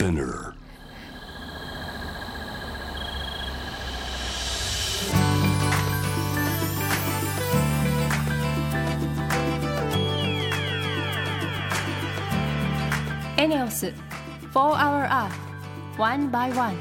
Spinner. ENEOS 4-Hour Earth One by One。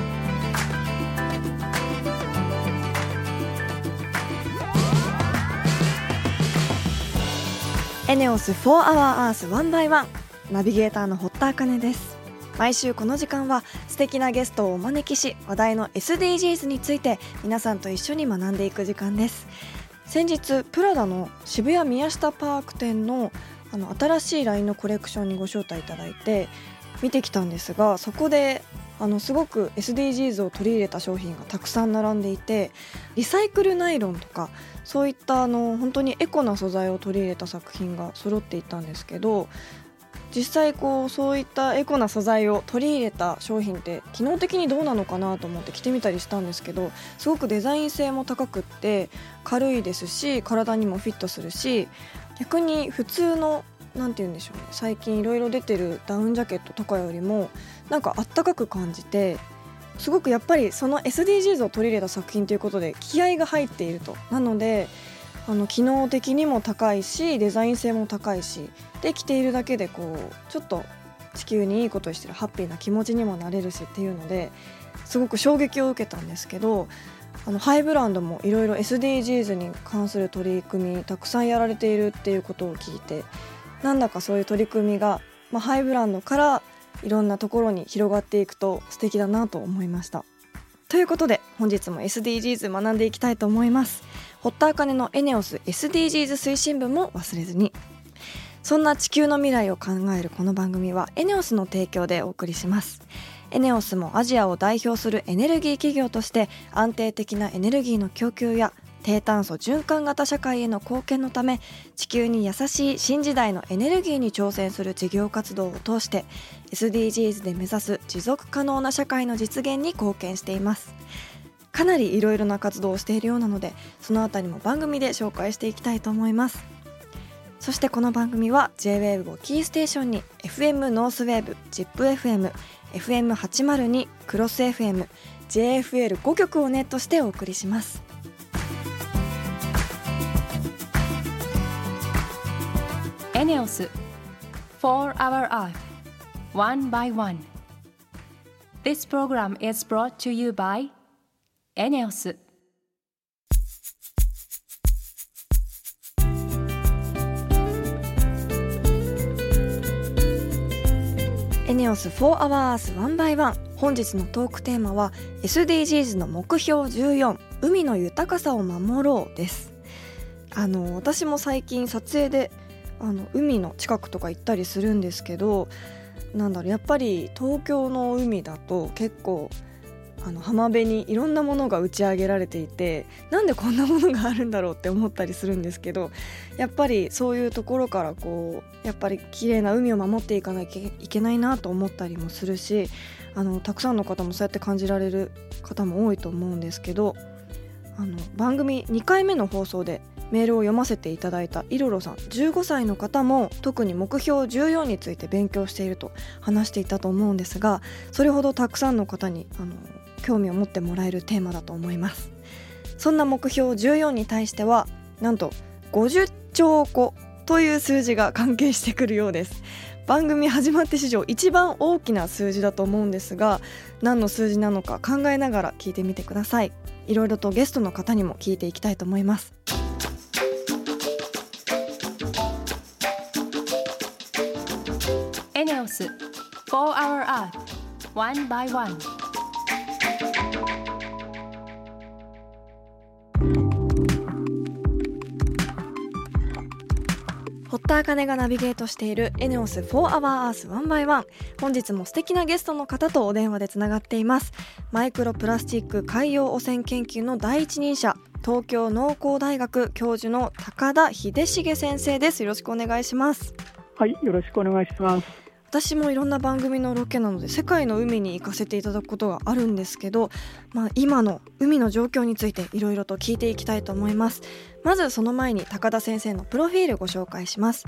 エネオス 4-Hour Earth One by One、 ナビゲーターの堀田茜です。毎週この時間は素敵なゲストをお招きし、話題の SDGs について皆さんと一緒に学んでいく時間です。先日プラダの渋谷宮下パーク店の新しいラインのコレクションにご招待いただいて見てきたんですが、そこですごく SDGs を取り入れた商品がたくさん並んでいて、リサイクルナイロンとかそういった本当にエコな素材を取り入れた作品が揃っていたんですけど、実際そういったエコな素材を取り入れた商品って機能的にどうなのかなと思って着てみたりしたんですけど、すごくデザイン性も高くって軽いですし、体にもフィットするし、逆に普通のなんて言うんでしょうね、最近いろいろ出てるダウンジャケットとかよりもなんかあったかく感じて、すごくやっぱりその SDGs を取り入れた作品ということで気合が入っていると。なので機能的にも高いし、デザイン性も高いし、で着ているだけでちょっと地球にいいことしてるハッピーな気持ちにもなれるしっていうので、すごく衝撃を受けたんですけど、ハイブランドもいろいろ SDGs に関する取り組みたくさんやられているっていうことを聞いて、なんだかそういう取り組みが、ハイブランドからいろんなところに広がっていくと素敵だなと思いました。ということで本日も SDGs 学んでいきたいと思います。堀田茜のエネオス SDGs 推進部も忘れずに。そんな地球の未来を考えるこの番組はエネオスの提供でお送りします。エネオスもアジアを代表するエネルギー企業として安定的なエネルギーの供給や低炭素循環型社会への貢献のため、地球に優しい新時代のエネルギーに挑戦する事業活動を通して SDGs で目指す持続可能な社会の実現に貢献しています。かなりいろいろな活動をしているようなので、そのあたりも番組で紹介していきたいと思います。そしてこの番組は J-WAVE をキーステーションに FM ノースウェーブ、ZIPFM、FM802、クロス FM、JFL5 曲をネットしてお送りします。 ENEOS 4-Hour Earth One by One。 This program is brought to you by ENEOS。 エネオス 4-Hour Earth One by One。 本日のトークテーマは SDGs の目標14、海の豊かさを守ろうです。私も最近撮影で海の近くとか行ったりするんですけど、やっぱり東京の海だと結構浜辺にいろんなものが打ち上げられていて、なんでこんなものがあるんだろうって思ったりするんですけど、やっぱりそういうところからやっぱり綺麗な海を守っていかなきゃいけないなと思ったりもするし、たくさんの方もそうやって感じられる方も多いと思うんですけど、番組2回目の放送でメールを読ませていただいたイロロさん15歳の方も特に目標14について勉強していると話していたと思うんですが、それほどたくさんの方に興味を持ってもらえるテーマだと思います。そんな目標14に対してはなんと50兆個という数字が関係してくるようです。番組始まって史上一番大きな数字だと思うんですが、何の数字なのか考えながら聞いてみてください。いろいろとゲストの方にも聞いていきたいと思います。 ENEOS 4-Hour Earth One by One。 堀田茜がナビゲートしている ENEOS 4-Hour Earth One by One。 本日も素敵なゲストの方とお電話でつながっています。マイクロプラスチック海洋汚染研究の第一人者、東京農工大学教授の高田秀重先生です。よろしくお願いします。 はい、よろしくお願いします。 私もいろんな番組のロケなので世界の海に行かせていただくことがあるんですけど、今の海の状況についていろいろと聞いていきたいと思います。まずその前に高田先生のプロフィールご紹介します。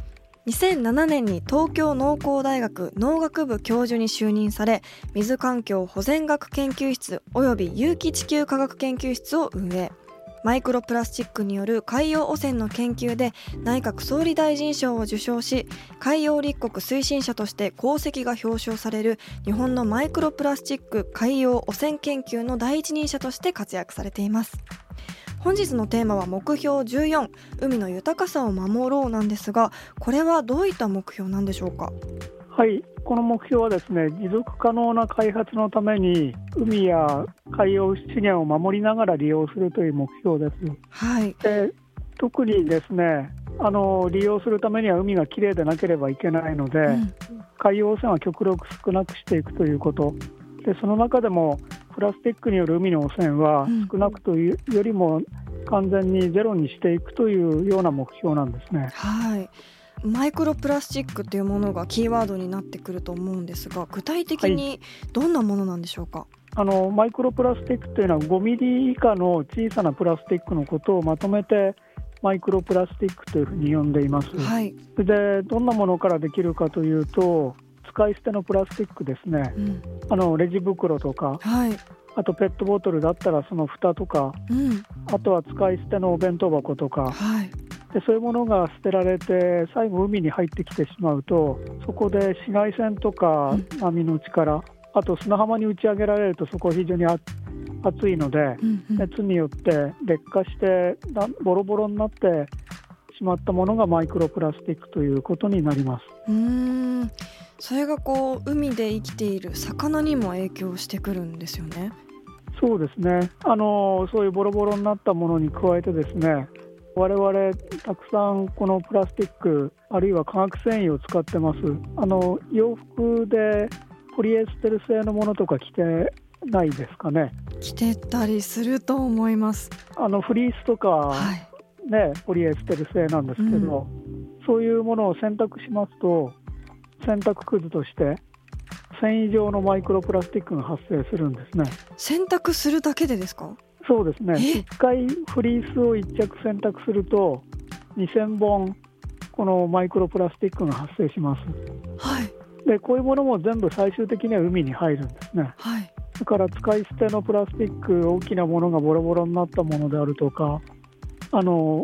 2007年に東京農工大学農学部教授に就任され、水環境保全学研究室および有機地球科学研究室を運営。マイクロプラスチックによる海洋汚染の研究で内閣総理大臣賞を受賞し、海洋立国推進者として功績が表彰される日本のマイクロプラスチック海洋汚染研究の第一人者として活躍されています。本日のテーマは目標14、海の豊かさを守ろうなんですが、これはどういった目標なんでしょうか？ はい、この目標はですね、持続可能な開発のために海や海洋資源を守りながら利用するという目標です。 はい。 で、特にですね、利用するためには海がきれいでなければいけないので、海洋汚染は極力少なくしていくということで、その中でもプラスチックによる海の汚染は少なくというよりも完全にゼロにしていくというような目標なんですね。 はい。マイクロプラスチックというものがキーワードになってくると思うんですが、具体的にどんなものなんでしょうか？ マイクロプラスチックというのは5ミリ以下の小さなプラスチックのことをまとめてマイクロプラスチックというふうに呼んでいます。 はい。 で、どんなものからできるかというと、使い捨てのプラスチックですね、レジ袋とか、 はい。 あとペットボトルだったらその蓋とか、あとは使い捨てのお弁当箱とか、 はい。 でそういうものが捨てられて最後海に入ってきてしまうと、そこで紫外線とか波の力、あと砂浜に打ち上げられるとそこ非常に熱いので、熱によって劣化してボロボロになってしまったものがマイクロプラスチックということになります。 それが海で生きている魚にも影響してくるんですよね。 そうですね、そういうボロボロになったものに加えてですね、我々たくさんこのプラスチックあるいは化学繊維を使ってます。洋服でポリエステル製のものとか着てないですかね？ 着てたりすると思います。 フリースとか、ポリエステル製なんですけど、そういうものを洗濯しますと洗濯くずとして繊維状のマイクロプラスチックが発生するんですね。 洗濯するだけでですか？そうですね、1回フリースを1着洗濯すると2000本このマイクロプラスチックが発生します。 はい。 でこういうものも全部最終的には海に入るんですね。 はい。 だから使い捨てのプラスチック、大きなものがボロボロになったものであるとか、我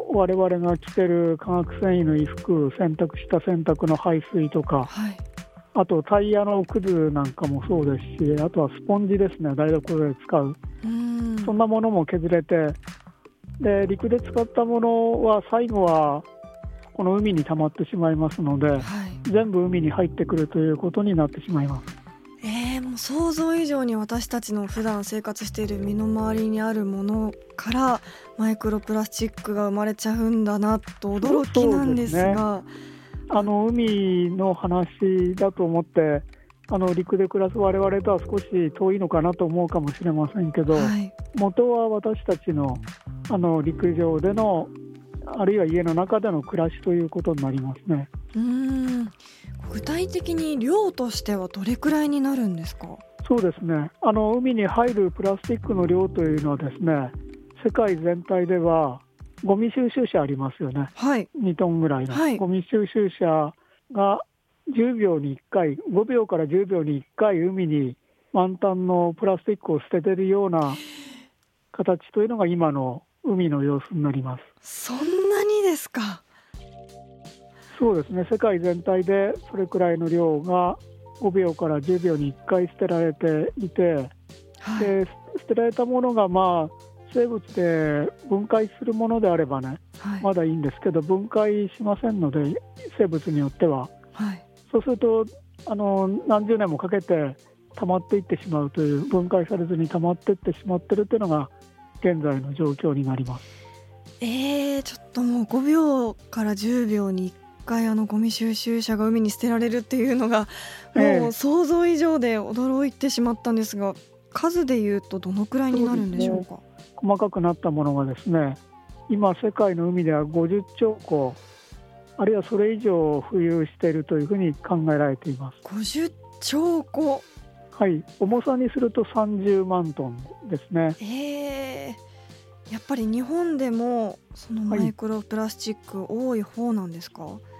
々が着てる化学繊維の衣服、洗濯した洗濯の排水とか、あとタイヤのくずなんかもそうですし、あとはスポンジですね、台所で使う、そんなものも削れて、で陸で使ったものは最後はこの海に溜まってしまいますので、全部海に入ってくるということになってしまいます。 もう想像以上に私たちの普段生活している身の回りにあるものからマイクロプラスチックが生まれちゃうんだなと驚きなんですが、 海の話だと思って陸で暮らす我々とは少し遠いのかなと思うかもしれませんけど、元は私たちの陸上でのあるいは家の中での暮らしということになりますね。 具体的に量としてはどれくらいになるんですか？ そうですね、海に入るプラスチックの量というのはですね、世界全体ではゴミ収集車ありますよね、2トンぐらいの、ゴミ収集車が10秒に1回、5秒から10秒に1回海に満タンのプラスチックを捨てているような形というのが今の海の様子になります。 そんなにですか？ そうですね、世界全体でそれくらいの量が5秒から10秒に1回捨てられていて、で捨てられたものが生物で分解するものであればね、まだいいんですけど、分解しませんので生物によっては、そうすると何十年もかけて溜まっていってしまうという、分解されずに溜まっていってしまっているというのが現在の状況になります。 ちょっともう5秒から10秒に1回ゴミ収集車が海に捨てられるっていうのがもう想像以上で驚いてしまったんですが、数でいうとどのくらいになるんでしょうか？ 細かくなったものがですね、今世界の海では50兆個あるいはそれ以上浮遊しているというふうに考えられています。 50兆個、 重さにすると30万トンですね。 やっぱり日本でもそのマイクロプラスチック多い方なんですか？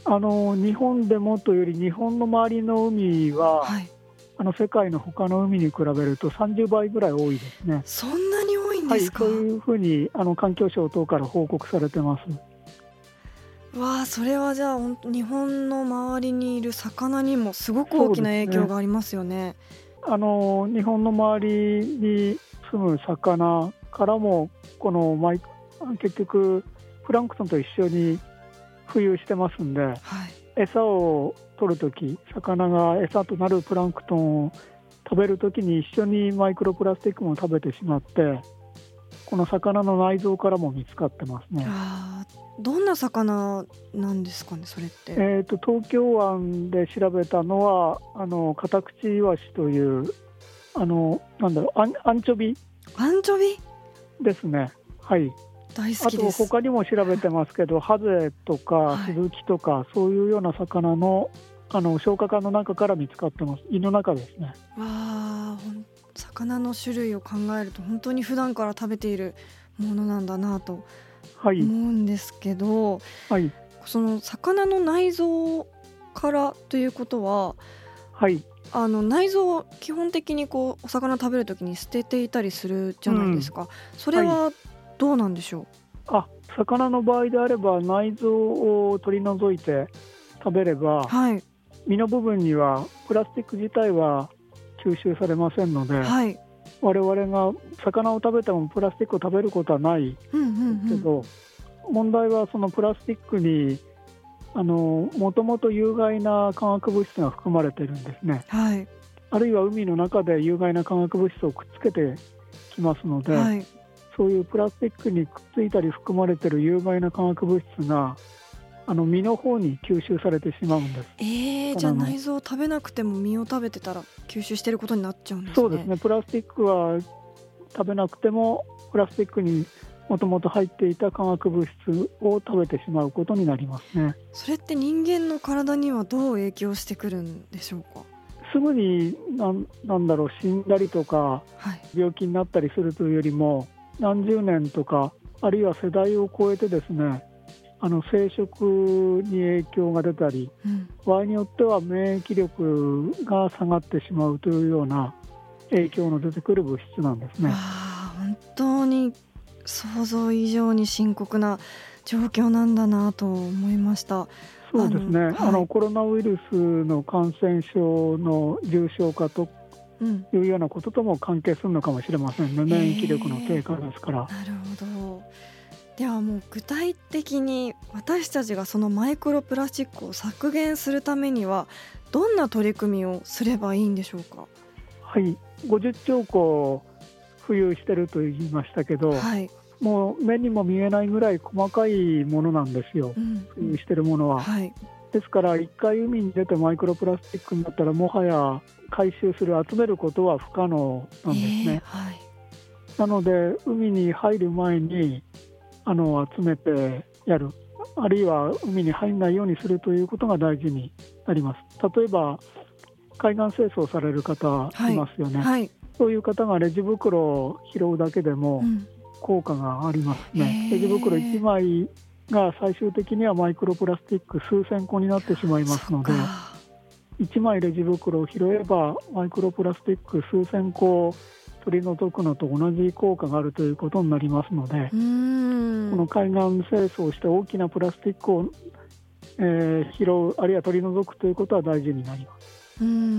日本でもというより日本の周りの海は、はい、世界の他の海に比べると30倍ぐらい多いですね。 そんなに多いんですか？ はい、そういうふうに環境省等から報告されてます。 わあ、それはじゃあ日本の周りにいる魚にもすごく大きな影響がありますよね。 日本の周りに住む魚からも結局プランクトンと一緒に浮遊してますんで、はい、餌を取るとき、魚が餌となるプランクトンを食べるときに一緒にマイクロプラスチックも食べてしまって、この魚の内臓からも見つかってますね。 どんな魚なんですかね、それって。 東京湾で調べたのはカタクチイワシというアンチョビですね。はい、 大好きです。 あと他にも調べてますけど、ハゼとかスズキとか、はい、そういうような魚の消化管の中から見つかってます。胃の中ですね。 魚の種類を考えると本当に普段から食べているものなんだなと思うんですけど、はい、その魚の内臓からということは、はい、内臓を基本的にお魚食べるときに捨てていたりするじゃないですか、それはどうなんでしょう。 魚の場合であれば内臓を取り除いて食べれば、はい、身の部分にはプラスチック自体は吸収されませんので、はい、我々が魚を食べてもプラスチックを食べることはないですけど、問題はそのプラスチックにもともと有害な化学物質が含まれているんですね、はい、あるいは海の中で有害な化学物質をくっつけてきますので、はい、そういうプラスチックにくっついたり含まれている有害な化学物質が身の方に吸収されてしまうんです。 じゃあ内臓を食べなくても身を食べてたら吸収していることになっちゃうんですね。 そうですね。プラスチックは食べなくてもプラスチックにもともと入っていた化学物質を食べてしまうことになりますね。 それって人間の体にはどう影響してくるんでしょうか。 すぐに死んだりとか、はい、病気になったりするというよりも何十年とかあるいは世代を超えてですね、生殖に影響が出たり、場合によっては免疫力が下がってしまうというような影響の出てくる物質なんですね。 本当に想像以上に深刻な状況なんだなと思いました。 そうですね、はい、コロナウイルスの感染症の重症化というようなこととも関係するのかもしれませんね。免疫力の低下ですから。 なるほど。ではもう具体的に私たちがそのマイクロプラスチックを削減するためにはどんな取り組みをすればいいんでしょうか。 はい、50兆個浮遊してると言いましたけど、はい、もう目にも見えないぐらい細かいものなんですよ、浮遊してるものは、はい、ですから一回海に出てマイクロプラスチックになったらもはや回収する集めることは不可能なんですね、はい、なので海に入る前に集めてやる、あるいは海に入らないようにするということが大事になります。例えば海岸清掃される方いますよね、はいはい、そういう方がレジ袋を拾うだけでも効果がありますね、レジ袋1枚が最終的にはマイクロプラスチック数千個になってしまいますので、1枚レジ袋を拾えばマイクロプラスチック数千個を取り除くのと同じ効果があるということになりますので、この海岸清掃して大きなプラスチックを、拾うあるいは取り除くということは大事になります。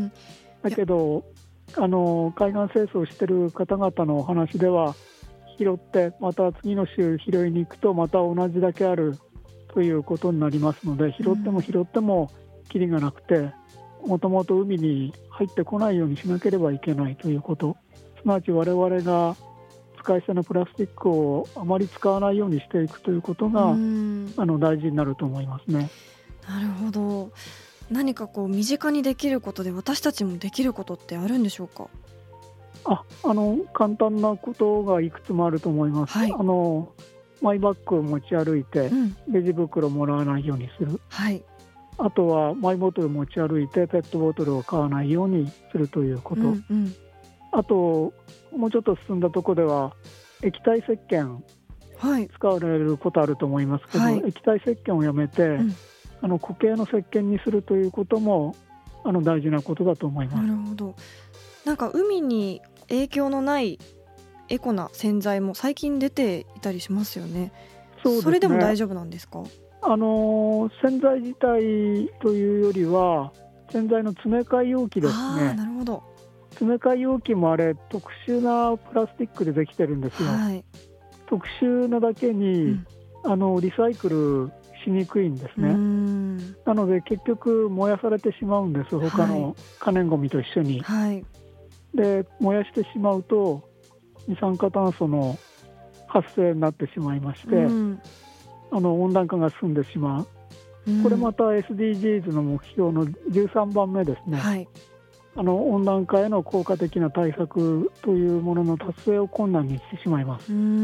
だけど海岸清掃している方々のお話では拾ってまた次の週拾いに行くとまた同じだけあるということになりますので、拾っても拾ってもキリがなくてもともと海に入ってこないようにしなければいけないということ、すなわち我々が使い捨てのプラスチックをあまり使わないようにしていくということが大事になると思いますね。 なるほど。何か身近にできることで私たちもできることってあるんでしょうか。 簡単なことがいくつもあると思います、はい、マイバッグを持ち歩いて、レジ袋をもらわないようにする、はい、あとはマイボトルを持ち歩いてペットボトルを買わないようにするということ、あともうちょっと進んだところでは液体石鹸、使われることあると思いますけど、液体石鹸をやめて、 固形の石鹸にするということも大事なことだと思います。 なるほど。なんか海に影響のないエコな洗剤も最近出ていたりしますよね。 そうですね。 それでも大丈夫なんですか？ 洗剤自体というよりは洗剤の詰め替え容器ですね。 なるほど。 詰め替え容器もあれ特殊なプラスチックでできてるんですよ。 はい、 特殊なだけに、リサイクルしにくいんですね。なので結局燃やされてしまうんです。他の可燃ごみと一緒に、はい、で燃やしてしまうと二酸化炭素の発生になってしまいまして、温暖化が進んでしまう。これまた SDGs の目標の13番目ですね。はい、温暖化への効果的な対策というものの達成を困難にしてしまいます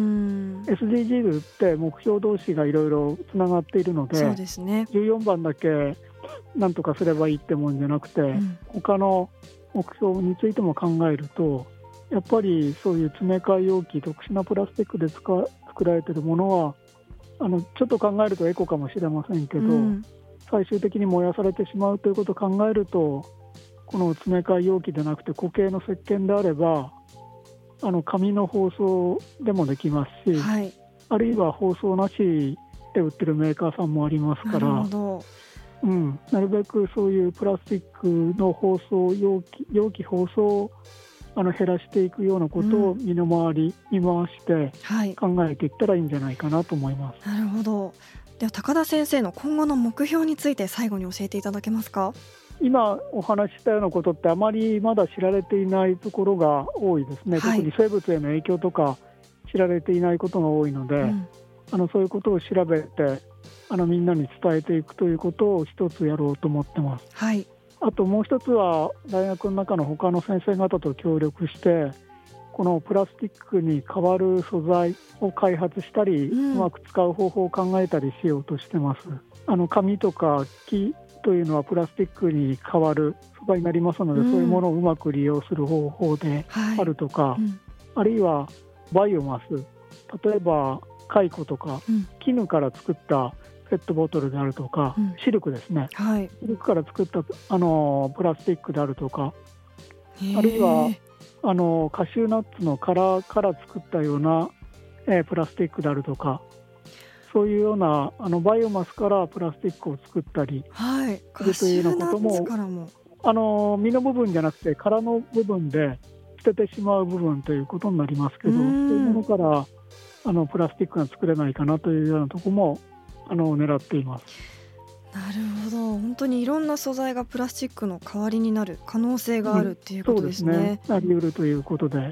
。SDGs って目標同士がいろいろつながっているので、そうですね、14番だけなんとかすればいいってもんじゃなくて、他の目標についても考えるとやっぱりそういう詰め替え容器、特殊なプラスチックで作られているものはちょっと考えるとエコかもしれませんけど、最終的に燃やされてしまうということを考えるとこの詰め替え容器でなくて固形の石鹸であれば紙の包装でもできますし、はい、あるいは包装なしで売ってるメーカーさんもありますから、なるべくそういうプラスチックの包装容器包装を減らしていくようなことを身の回りに回して考えていったらいいんじゃないかなと思います。 なるほど。では高田先生の今後の目標について最後に教えていただけますか？ 今お話ししたようなことってあまりまだ知られていないところが多いですね。特に生物への影響とか知られていないことが多いので、そういうことを調べてみんなに伝えていくということを一つやろうと思ってます。はい、あともう一つは大学の中の他の先生方と協力してこのプラスチックに代わる素材を開発したり、うまく使う方法を考えたりしようとしてます。紙とか木というのはプラスチックに代わる素材になりますので、そういうものをうまく利用する方法であるとか、あるいはバイオマス、例えば蚕とか、絹から作ったペットボトルであるとか、シルクですね、シルクから作ったプラスチックであるとか、あるいはカシューナッツの殻から作ったような、プラスチックであるとか、そういうようなバイオマスからプラスチックを作ったりするというようなことも、実の部分じゃなくて殻の部分で捨ててしまう部分ということになりますけど、そういうものからプラスチックが作れないかなというようなところも狙っています。 なるほど。本当にいろんな素材がプラスチックの代わりになる可能性があるっていうことですね。 そうですね、あり得るということで。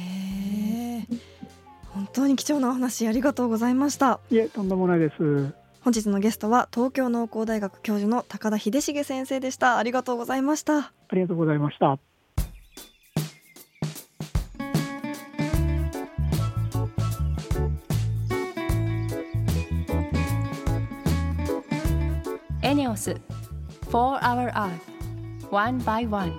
本当に貴重なお話ありがとうございました。 いえ、とんでもないです。 本日のゲストは東京農工大学教授の高田秀重先生でした。ありがとうございました。 ありがとうございました。 エネオス For Our Earth One by One。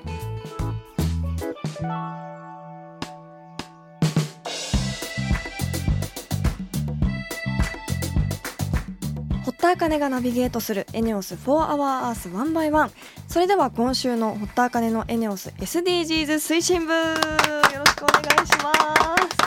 堀田茜がナビゲートするエネオス For Our Earth One by One。それでは今週の堀田茜のエネオス SDGs 推進部、よろしくお願いします。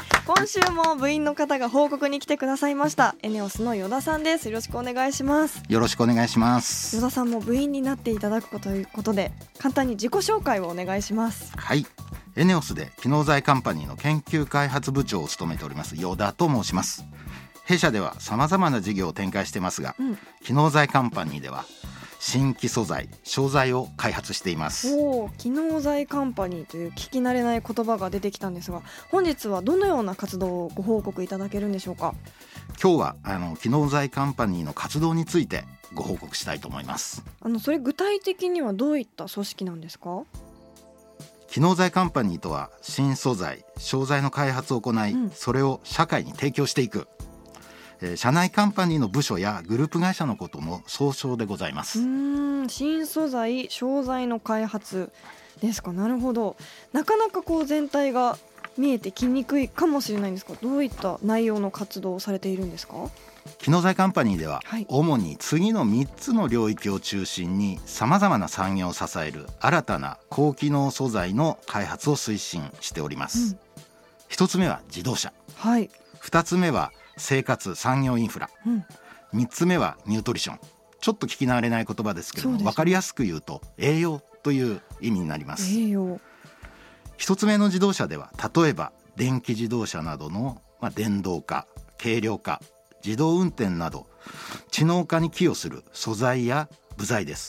今週も部員の方が報告に来てくださいました。エネオスの与田さんです。よろしくお願いします。 よろしくお願いします。 与田さんも部員になっていただくということで、簡単に自己紹介をお願いします。 はい、エネオスで機能剤カンパニーの研究開発部長を務めております与田と申します。弊社では様々な事業を展開していますが、機能剤カンパニーでは新規素材、商材を開発しています。 機能剤カンパニーという聞き慣れない言葉が出てきたんですが、本日はどのような活動をご報告いただけるんでしょうか？ 今日は機能剤カンパニーの活動についてご報告したいと思います。 それ具体的にはどういった組織なんですか？ 機能剤カンパニーとは新素材、商材の開発を行い、それを社会に提供していく社内カンパニーの部署やグループ会社のことの総称でございます。 新素材、商材の開発ですか。なるほど。なかなか全体が見えてきにくいかもしれないんですが、どういった内容の活動をされているんですか？ 機能材カンパニーでは、主に次の3つの領域を中心にさまざまな産業を支える新たな高機能素材の開発を推進しております。1つ目は自動車、2つ目は生活産業インフラ、3つ目はニュートリション。ちょっと聞き慣れない言葉ですけども、分かりやすく言うと栄養という意味になります。1つ目の自動車では、例えば電気自動車などの、電動化、軽量化、自動運転など知能化に寄与する素材や部材です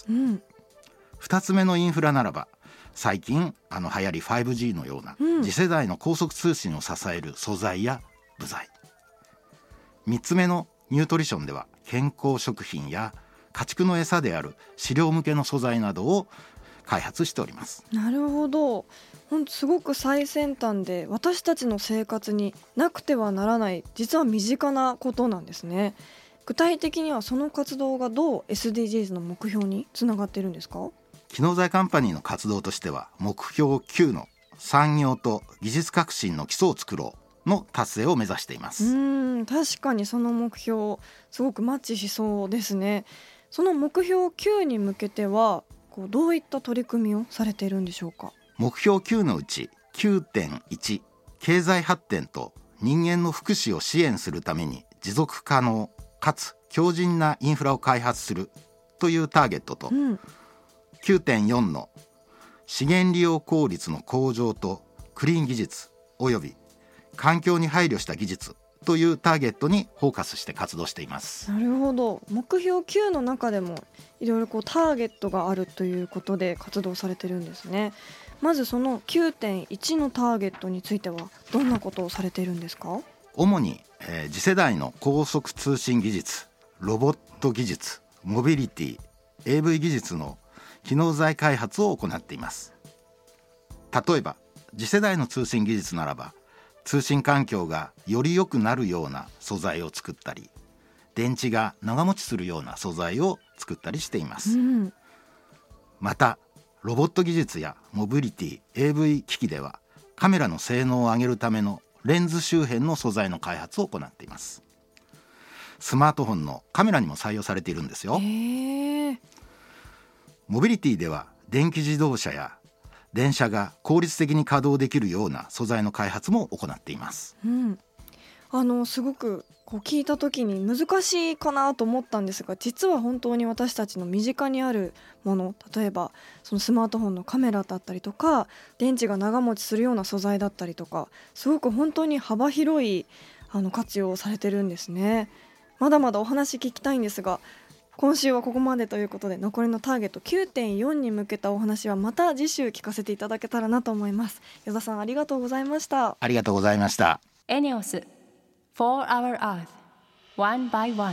。2つ目のインフラならば、最近流行り 5G のような次世代の高速通信を支える素材や部材。3つ目のニュートリションでは、健康食品や家畜の餌である飼料向けの素材などを開発しております。 なるほど、すごく最先端で私たちの生活になくてはならない、実は身近なことなんですね。具体的にはその活動がどう SDGs の目標につながっているんですか？ 機能材カンパニーの活動としては、目標9の産業と技術革新の基礎を作ろうの達成を目指しています。 確かにその目標すごくマッチしそうですね。その目標9に向けてはどういった取り組みをされているんでしょうか？ 目標9のうち 9.1 経済発展と人間の福祉を支援するために持続可能かつ強靭なインフラを開発するというターゲットと、9.4 の資源利用効率の向上とクリーン技術および環境に配慮した技術というターゲットにフォーカスして活動しています。 なるほど、目標9の中でもいろいろターゲットがあるということで活動されてるんですね。まずその 9.1 のターゲットについてはどんなことをされているんですか？ 主に、次世代の高速通信技術、ロボット技術、モビリティ、AV 技術の機能材開発を行っています。例えば次世代の通信技術ならば、通信環境がより良くなるような素材を作ったり、電池が長持ちするような素材を作ったりしています。またロボット技術やモビリティ、AV 機器ではカメラの性能を上げるためのレンズ周辺の素材の開発を行っています。スマートフォンのカメラにも採用されているんですよ。モビリティでは電気自動車や電車が効率的に稼働できるような素材の開発も行っています。 すごく聞いた時に難しいかなと思ったんですが、実は本当に私たちの身近にあるもの、例えばそのスマートフォンのカメラだったりとか、電池が長持ちするような素材だったりとか、すごく本当に幅広い活用されてるんですね。まだまだお話聞きたいんですが、今週はここまでということで、残りのターゲット 9.4 に向けたお話はまた次週聞かせていただけたらなと思います。与田さん、ありがとうございました。 ありがとうございました。 エネオス For Our Earth One by One。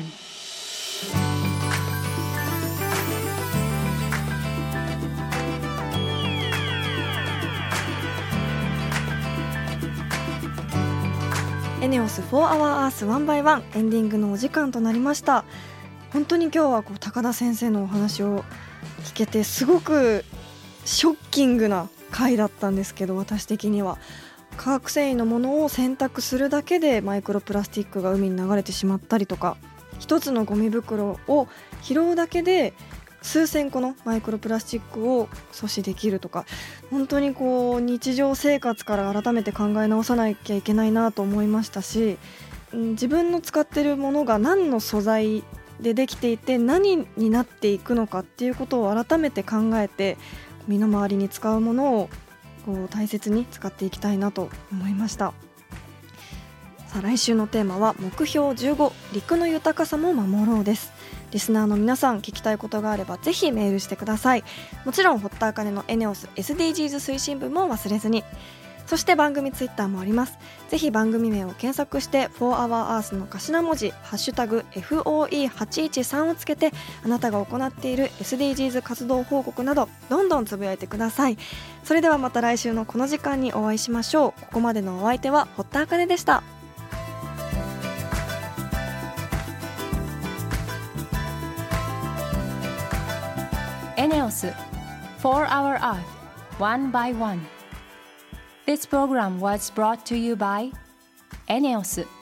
エネオス For Our Earth One by One、 エンディングのお時間となりました。本当に今日は高田先生のお話を聞けて、すごくショッキングな回だったんですけど、私的には化学繊維のものを選択するだけでマイクロプラスチックが海に流れてしまったりとか、一つのゴミ袋を拾うだけで数千個のマイクロプラスチックを阻止できるとか、本当に日常生活から改めて考え直さなきゃいけないなと思いましたし、自分の使っているものが何の素材でできていて何になっていくのかっていうことを改めて考えて、身の回りに使うものを大切に使っていきたいなと思いました。さあ、来週のテーマは目標15、陸の豊かさも守ろうです。リスナーの皆さん、聞きたいことがあればぜひメールしてください。もちろん堀田茜のエネオス SDGs 推進部も忘れずに。そして番組ツイッターもあります。ぜひ番組名を検索して For Our Earth の頭文字ハッシュタグ FOE813 をつけて、あなたが行っている SDGs 活動報告などどんどんつぶやいてください。それではまた来週のこの時間にお会いしましょう。ここまでのお相手は堀田茜でした。 エネオス For Our Earth One by One。This program was brought to you by ENEOS